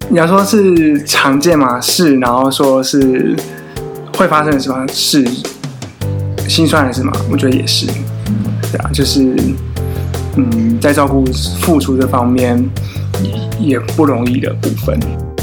你要说是常见吗？是，然后说是会发生的事吗？是，心酸的事吗？我觉得也是。对啊，就是在照顾付出这方面也不容易的部分。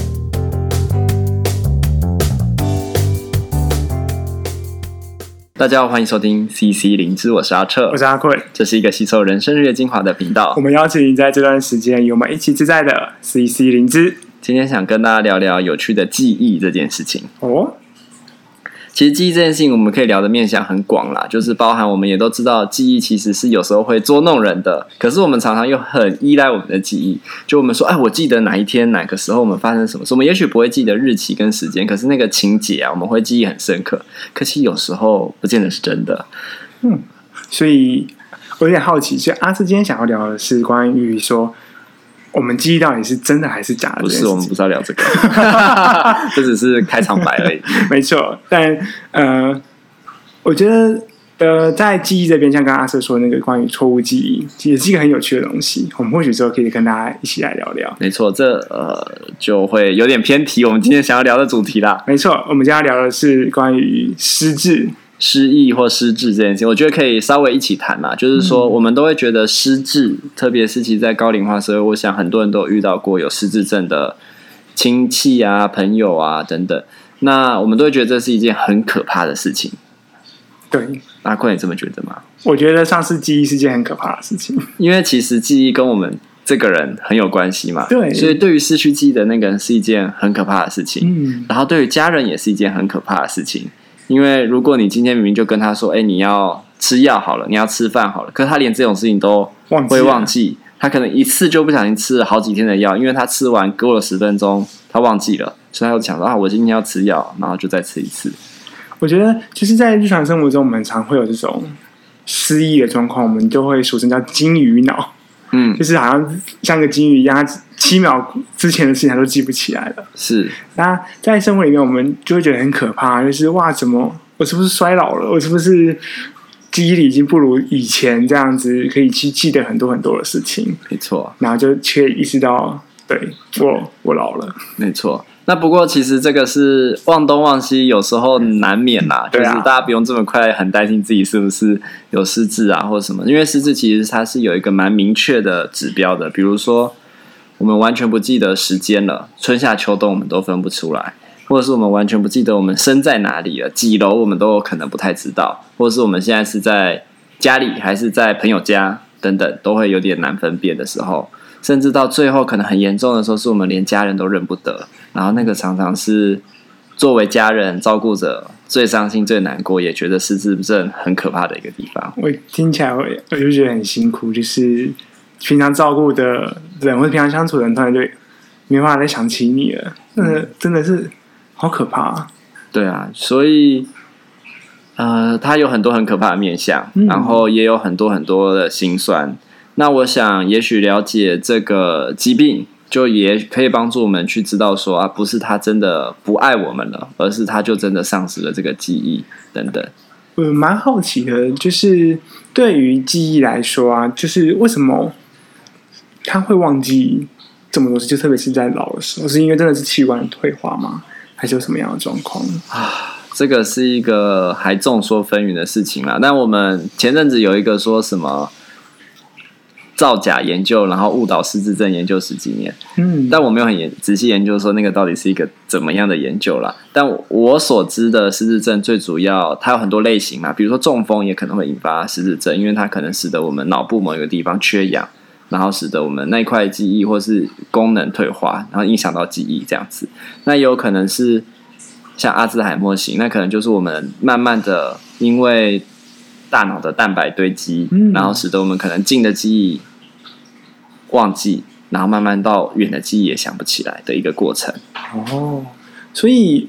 大家好，欢迎收听 CC 灵芝，我是阿彻， 我是阿贵， 这是一个吸收人生日月精华的频道。 我们邀请你在这段时间与我们一起自在的 CC 灵芝。 今天想跟大家聊聊有趣的记忆这件事情。其实记忆这件事情我们可以聊的面向很广啦，就是包含我们也都知道记忆其实是有时候会捉弄人的，可是我们常常又很依赖我们的记忆，就我们说我记得哪一天哪个时候我们发生什么事，我们也许不会记得日期跟时间，可是那个情节啊我们会记忆很深刻，可是有时候不见得是真的。 所以我有点好奇，所以阿志今天想要聊的是关于说我们记忆到底是真的还是假的？ 不是，我们不是要聊这个，这只是开场白而已。 没错，但我觉得在记忆这边，像刚刚阿瑟说的那个关于错误记忆，也是一个很有趣的东西。我们或许之后可以跟大家一起来聊聊。 没错，这就会有点偏题我们今天想要聊的主题啦。 没错，我们今天要聊的是关于失智。 失忆或失智这件事情，我觉得可以稍微一起谈啦。就是说，我们都会觉得失智，特别是其实在高龄化社会，我想很多人都有遇到过有失智症的亲戚啊、朋友啊等等。那我们都会觉得这是一件很可怕的事情。 对， 阿坤，你这么觉得吗？ 我觉得丧失记忆是件很可怕的事情， 因为其实记忆跟我们这个人很有关系嘛。 对， 所以对于失去记忆的那个人是一件很可怕的事情。然后对于家人也是一件很可怕的事情。因为如果你今天明明就跟他说你要吃药好了，你要吃饭好了，可是他连这种事情都会忘记，他可能一次就不小心吃了好几天的药，因为他吃完过了10分钟他忘记了，所以他就想说我今天要吃药，然后就再吃一次。 我觉得就是在日常生活中我们常会有这种失忆的状况，我们就会俗称叫金鱼脑。就是好像个金鱼一样，他7秒之前的事情他都记不起来了。是，那在生活里面我们就会觉得很可怕，就是怎么我是不是衰老了？我是不是记忆力已经不如以前这样子可以去记得很多很多的事情？没错，然后就却意识到，对，我老了。没错。那不过其实这个是忘东忘西，有时候难免啦，就是大家不用这么快很担心自己是不是有失智啊或什么，因为失智其实它是有一个蛮明确的指标的，比如说我们完全不记得时间了，春夏秋冬我们都分不出来，或者是我们完全不记得我们身在哪里了，几楼我们都有可能不太知道，或者是我们现在是在家里还是在朋友家等等，都会有点难分辨的时候，甚至到最后可能很严重的时候，是我们连家人都认不得，然后那个常常是作为家人照顾者最伤心最难过，也觉得失智症很可怕的一个地方。我听起来我就觉得很辛苦，就是平常照顾的人或者平常相处的人突然就没办法再想起你了，真的是好可怕。对啊，所以它有很多很可怕的面向，然后也有很多很多的辛酸。那我想也许了解这个疾病就也可以帮助我们去知道说不是他真的不爱我们了，而是他就真的丧失了这个记忆等等。我蛮好奇的，就是对于记忆来说就是为什么他会忘记这么多事，就特别是在老的时候，是因为真的是器官退化吗？还是有什么样的状况这个是一个还众说纷纭的事情啦。但我们前阵子有一个说什么造假研究，然后误导失智症研究10几年。但我没有很仔细研究说那个到底是一个怎么样的研究啦。但我所知的失智症最主要它有很多类型嘛，比如说中风也可能会引发失智症，因为它可能使得我们脑部某一个地方缺氧，然后使得我们那一块记忆或是功能退化，然后影响到记忆这样子。那也有可能是像阿兹海默型，那可能就是我们慢慢的因为大脑的蛋白堆积，然后使得我们可能近的记忆忘记，然后慢慢到远的记忆也想不起来的一个过程。所以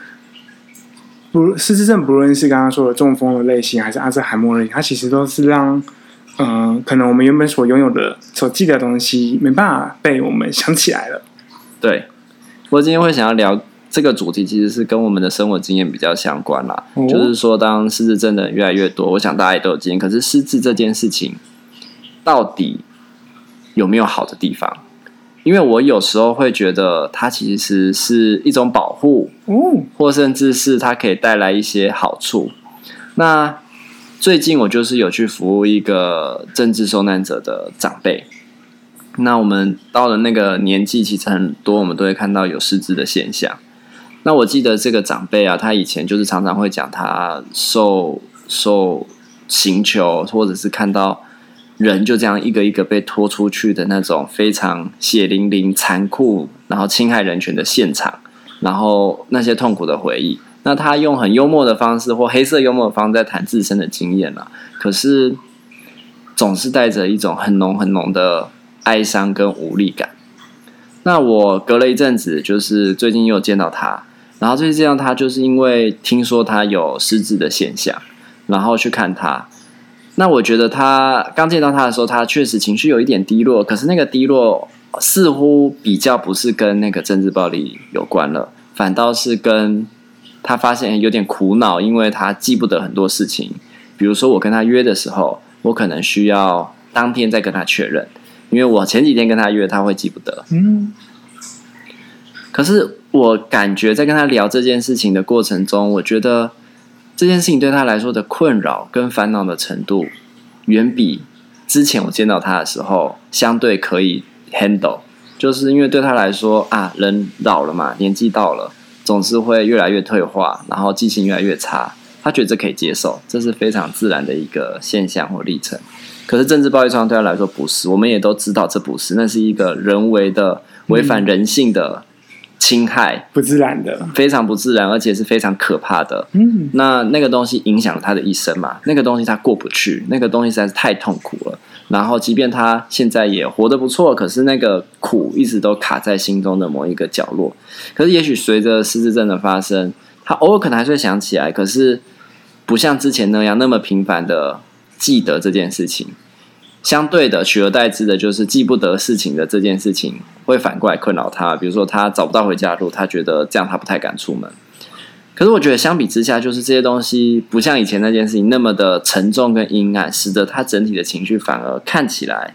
失智症不论是刚刚说的中风的类型，还是阿兹海默类型，它其实都是让可能我们原本所拥有的、所记得的东西没办法被我们想起来了。对，我今天会想要聊这个主题其实是跟我们的生活经验比较相关啦。就是说当失智症的人越来越多，我想大家也都有经验，可是失智这件事情到底有没有好的地方？ 因为我有时候会觉得它其实是一种保护，或甚至是它可以带来一些好处。那最近我就是有去服务一个政治受难者的长辈。那我们到了那个年纪，其实很多我们都会看到有失智的现象。那我记得这个长辈啊，他以前就是常常会讲他受刑求，或者是看到人就这样一个一个被拖出去的那种非常血淋淋、残酷，然后侵害人权的现场，然后那些痛苦的回忆。那他用很幽默的方式或黑色幽默的方式在谈自身的经验啦，可是总是带着一种很浓很浓的哀伤跟无力感。那我隔了一阵子，就是最近又见到他，然后最近见到他，就是因为听说他有失智的现象，然后去看他。那我觉得他刚见到他的时候，他确实情绪有一点低落，可是那个低落似乎比较不是跟那个政治暴力有关了，反倒是跟他发现有点苦恼，因为他记不得很多事情。比如说我跟他约的时候，我可能需要当天再跟他确认，因为我前几天跟他约，他会记不得。可是我感觉在跟他聊这件事情的过程中，我觉得这件事情对他来说的困扰跟烦恼的程度，远比之前我见到他的时候相对可以 handle。就是因为对他来说啊，人老了嘛，年纪到了，总是会越来越退化，然后记性越来越差。他觉得这可以接受，这是非常自然的一个现象或历程。可是政治暴力创伤对他来说不是，我们也都知道这不是，那是一个人为的违反人性的侵害， 不自然的， 非常不自然，而且是非常可怕的。那个东西影响了他的一生嘛，那个东西他过不去，那个东西实在是太痛苦了。然后即便他现在也活得不错，可是那个苦一直都卡在心中的某一个角落。可是也许随着失智症的发生，他偶尔可能还是会想起来，可是不像之前那样那么频繁的记得这件事情。相对的，取而代之的就是记不得事情的这件事情会反过来困扰他。比如说他找不到回家的路，他觉得这样他不太敢出门。可是我觉得相比之下，就是这些东西不像以前那件事情那么的沉重跟阴暗，使得他整体的情绪反而看起来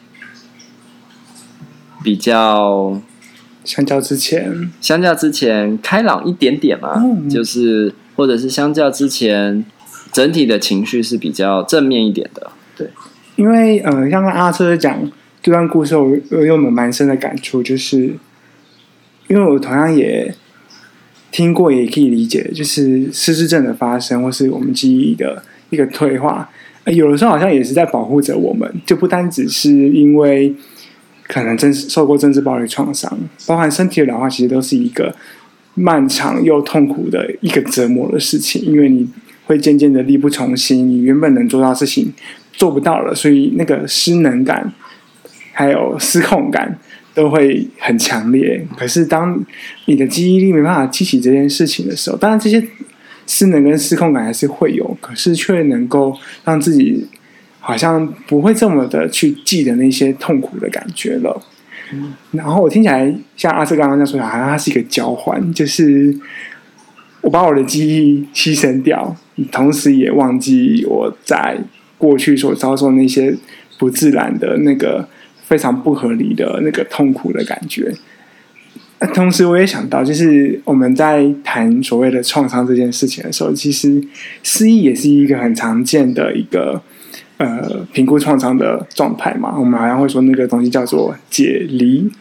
比较相较之前开朗一点点嘛，就是或者是相较之前整体的情绪是比较正面一点的。对， 因为像阿车讲这段故事，我有蛮深的感触，就是因为我同样也听过，也可以理解，就是失智症的发生，或是我们记忆的一个退化，有的时候好像也是在保护着我们，就不单只是因为可能受过政治暴力创伤，包含身体的老化，其实都是一个漫长又痛苦的一个折磨的事情，因为你会渐渐的力不从心，你原本能做到的事情做不到了，所以那个失能感还有失控感都会很强烈。可是当你的记忆力没办法记起这件事情的时候，当然这些失能跟失控感还是会有，可是却能够让自己好像不会这么的去记得那些痛苦的感觉了。然后我听起来像阿瑟刚刚那样说，好像它是一个交换，就是我把我的记忆牺牲掉，同时也忘记我在过去所遭受那些不自然的那个非常不合理的那个痛苦的感觉。同时我也想到，就是我们在谈所谓的创伤这件事情的时候，其实失忆也是一个很常见的一个评估创伤的状态嘛。我们好像会说那个东西叫做解离，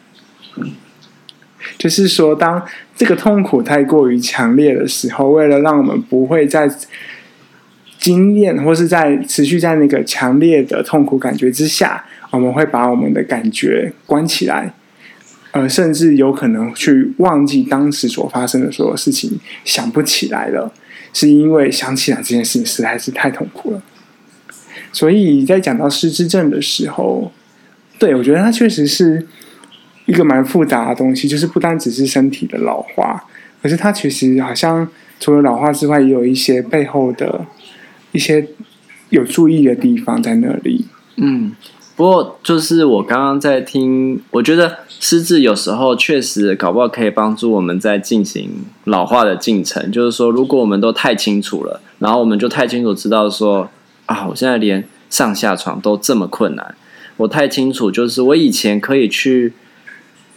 就是说当这个痛苦太过于强烈的时候，为了让我们不会在经验或是在持续在那个强烈的痛苦感觉之下，我们会把我们的感觉关起来，甚至有可能去忘记当时所发生的所有事情，想不起来了，是因为想起来这件事情实在是太痛苦了。所以在讲到失智症的时候，对，我觉得它确实是一个蛮复杂的东西，就是不单只是身体的老化，可是它其实好像除了老化之外，也有一些背后的一些有注意的地方在那里。 不过就是我刚刚在听，我觉得失智有时候确实搞不好可以帮助我们在进行老化的进程。就是说，如果我们都太清楚了，然后我们就太清楚知道说啊，我现在连上下床都这么困难，我太清楚，就是我以前可以去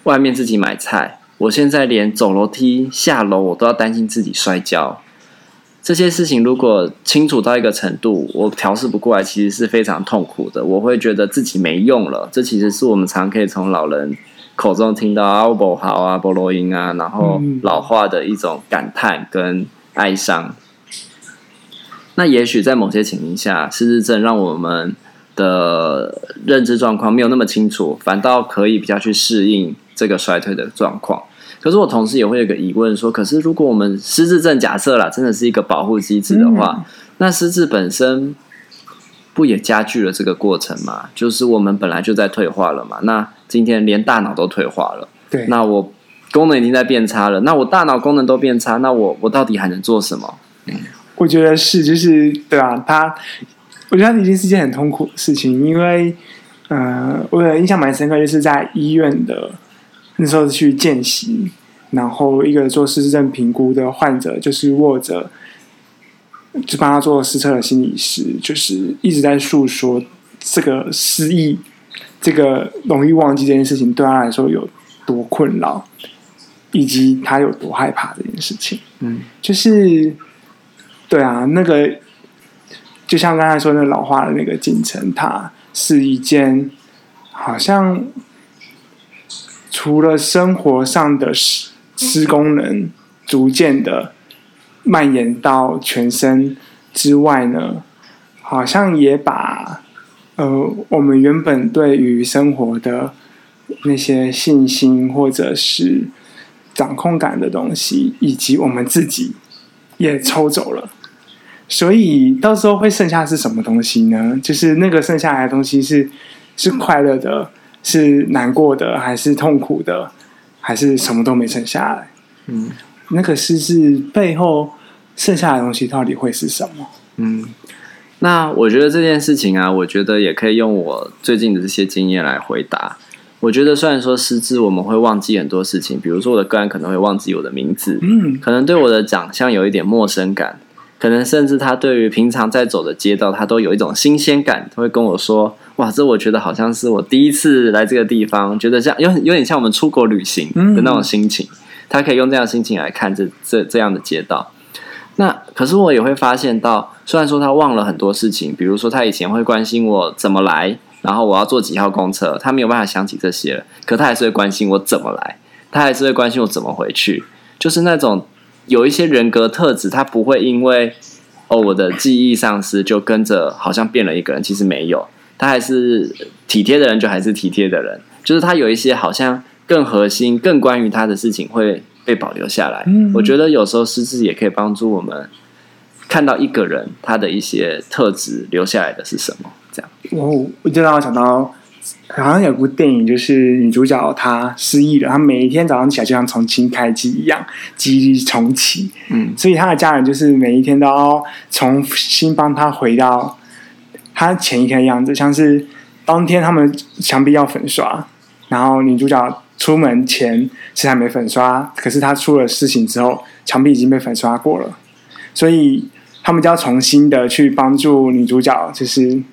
外面自己买菜，我现在连走楼梯下楼我都要担心自己摔跤。这些事情如果清楚到一个程度，我调试不过来，其实是非常痛苦的。我会觉得自己没用了，这其实是我们常可以从老人口中听到啊不好啊不录音啊，然后老化的一种感叹跟哀伤。那也许在某些情形下，失智症让我们的认知状况没有那么清楚，反倒可以比较去适应这个衰退的状况。可是我同时也会有一个疑问说，可是如果我们失智症假设啦真的是一个保护机制的话，那失智本身不也加剧了这个过程吗？就是我们本来就在退化了嘛，那今天连大脑都退化了， 对， 那我功能已经在变差了，那我大脑功能都变差，那我到底还能做什么？ 我觉得是，就是对啊，我觉得它已经是一件很痛苦的事情，因为我的印象蛮深刻，就是在医院的那时候去见习，然后一个做失智症评估的患者就是握着，就帮他做实测的心理师，就是一直在诉说这个失忆、这个容易忘记这件事情对他来说有多困扰，以及他有多害怕这件事情。就是对啊，那个就像刚才说那个老化的那个进程，它是一件好像除了生活上的失功能逐渐的蔓延到全身之外呢，好像也把我们原本对于生活的那些信心或者是掌控感的东西，以及我们自己也抽走了。所以到时候会剩下是什么东西呢？就是那个剩下来的东西是快乐的，是难过的，还是痛苦的，还是什么都没剩下来？那个失智背后剩下来的东西到底会是什么？ 那我觉得这件事情啊，我觉得也可以用我最近的这些经验来回答。我觉得虽然说失智我们会忘记很多事情，比如说我的个案可能会忘记我的名字，可能对我的长相有一点陌生感，可能甚至他对于平常在走的街道他都有一种新鲜感，他会跟我说哇，这我觉得好像是我第一次来这个地方，觉得像有点像我们出国旅行的那种心情，他可以用这样的心情来看这样的街道。那可是我也会发现到，虽然说他忘了很多事情，比如说他以前会关心我怎么来，然后我要坐几号公车，他没有办法想起这些了，可他还是会关心我怎么来，他还是会关心我怎么回去，就是那种有一些人格特质，他不会因为我的记忆丧失就跟着好像变了一个人，其实没有，他还是体贴的人就还是体贴的人，就是他有一些好像更核心更关于他的事情会被保留下来。我觉得有时候失智也可以帮助我们看到一个人他的一些特质留下来的是什么，这样。 我就让我想到好像有部电影，就是女主角她失忆了，她每一天早上起来就像重新开机一样，记忆力重启。所以她的家人就是每一天都要重新帮她回到她前一天的样子，像是当天他们墙壁要粉刷，然后女主角出门前是还没粉刷，可是她出了事情之后，墙壁已经被粉刷过了，所以他们就要重新的去帮助女主角，就是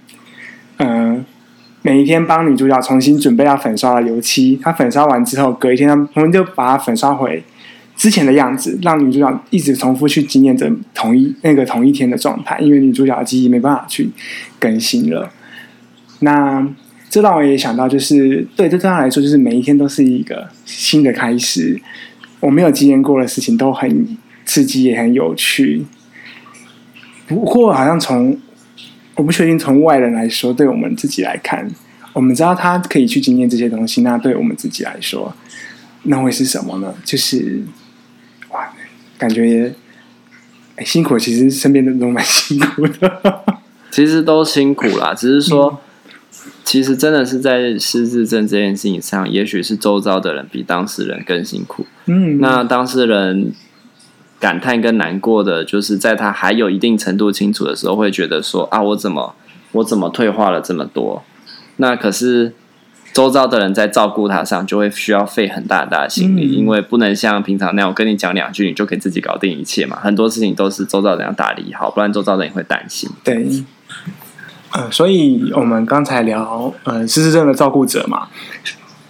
每一天帮女主角重新准备要粉刷的油漆，她粉刷完之后，隔一天我们就把它粉刷回之前的样子，让女主角一直重复去经验着同一天的状态，因为女主角的记忆没办法去更新了。那这让我也想到，就是对她来说，就是每一天都是一个新的开始，我没有经验过的事情都很刺激也很有趣。不过好像我不确定从外人来说，对我们自己来看，我们知道他可以去经验这些东西，那对我们自己来说，那会是什么呢？就是哇，感觉辛苦，其实身边的人都蛮辛苦的。 其实都辛苦啦，只是说其实真的是在失智症这件事情上，也许是周遭的人比当事人更辛苦。那当事人感叹跟难过的，就是在他还有一定程度清楚的时候，会觉得说啊，我怎么退化了这么多？那可是周遭的人在照顾他上，就会需要费很大的心力，因为不能像平常那样，我跟你讲2句，你就可以自己搞定一切嘛。很多事情都是周遭的人要打理好，不然周遭的人会担心。 对，所以我们刚才聊失智症的照顾者嘛，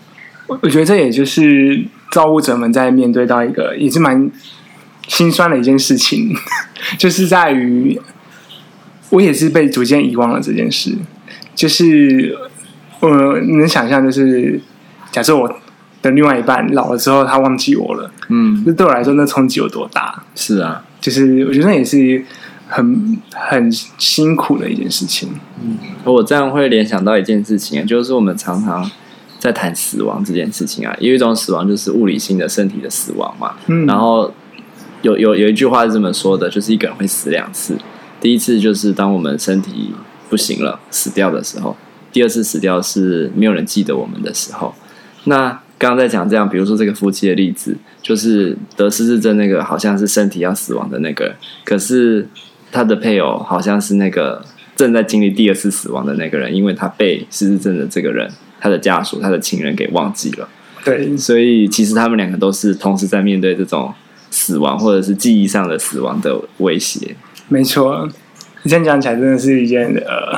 我觉得这也就是照顾者们在面对到一个也是蛮心酸的一件事情，就是在于我也是被逐渐遗忘了这件事。就是你能想象，就是假设我的另外一半老了之后，他忘记我了，这对我来说那冲击有多大？ 是啊， 就是我觉得那也是很辛苦的一件事情。 我这样会联想到一件事情，就是我们常常在谈死亡这件事情啊，有一种死亡就是物理性的身体的死亡嘛，然后有一句话是这么说的，就是一个人会死2次，第一次就是当我们身体不行了死掉的时候，第二次死掉是没有人记得我们的时候。那刚刚在讲这样，比如说这个夫妻的例子，就是得失智症那个好像是身体要死亡的那个人，可是他的配偶好像是那个正在经历第2次死亡的那个人，因为他被失智症的这个人，他的家属、他的亲人给忘记了。 对， 所以其实他们2个都是同时在面对这种死亡或者是记忆上的死亡的威胁。 没错，你这样讲起来真的是一件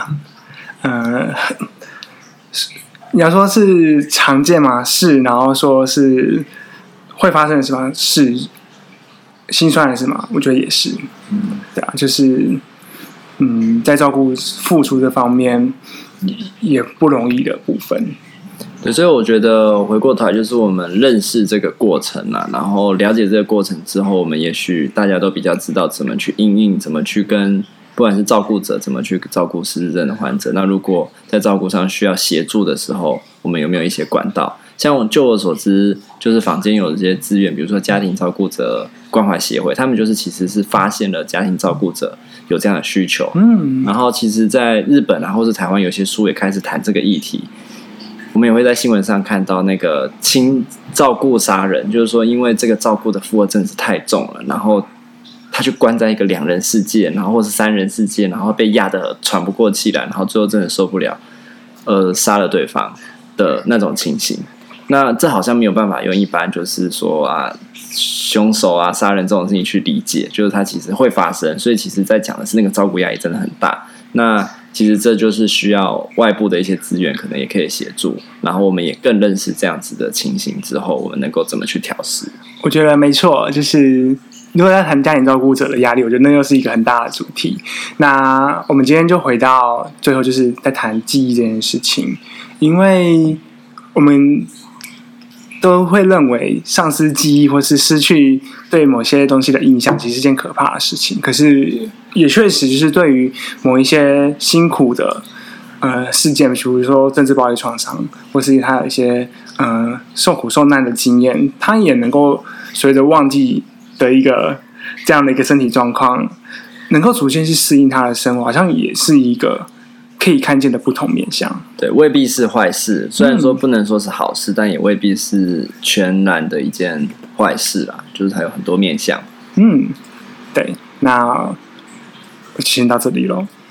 你要说是常见吗？是，然后说是会发生的事吗？是，心酸的事吗？我觉得也是。对啊，就是在照顾付出这方面也不容易的部分。 对，所以我觉得回过头来就是我们认识这个过程啦，然后了解这个过程之后，我们也许大家都比较知道怎么去因应，怎么去跟不管是照顾者怎么去照顾失智症的患者。那如果在照顾上需要协助的时候，我们有没有一些管道？像就我所知，就是坊间有这些资源，比如说家庭照顾者关怀协会，他们就是其实是发现了家庭照顾者有这样的需求，然后其实在日本啊或是台湾有些书也开始谈这个议题。我们也会在新闻上看到那个轻照顾杀人，就是说因为这个照顾的负荷真的是太重了，然后他就关在一个2人世界，然后或是3人世界，然后被压得喘不过气来，然后最后真的受不了，杀了对方的那种情形。那这好像没有办法用一般就是说凶手杀人这种事情去理解，就是它其实会发生，所以其实在讲的是那个照顾压力真的很大。那其实这就是需要外部的一些资源，可能也可以协助，然后我们也更认识这样子的情形之后，我们能够怎么去调试。 我觉得没错，就是如果在谈家庭照顾者的压力，我觉得那又是一个很大的主题。那我们今天就回到最后，就是在谈记忆这件事情，因为我们都会认为丧失记忆或是失去对某些东西的印象，其实是件可怕的事情。可是也确实就是对于某一些辛苦的事件，比如说政治暴力创伤，或是他有一些受苦受难的经验，他也能够随着忘记的一个这样的一个身体状况，能够逐渐去适应他的生活，好像也是一个可以看见的不同面向。 对，未必是坏事，虽然说不能说是好事，但也未必是全然的一件坏事啦，就是它有很多面向。 对，那就先到这里咯。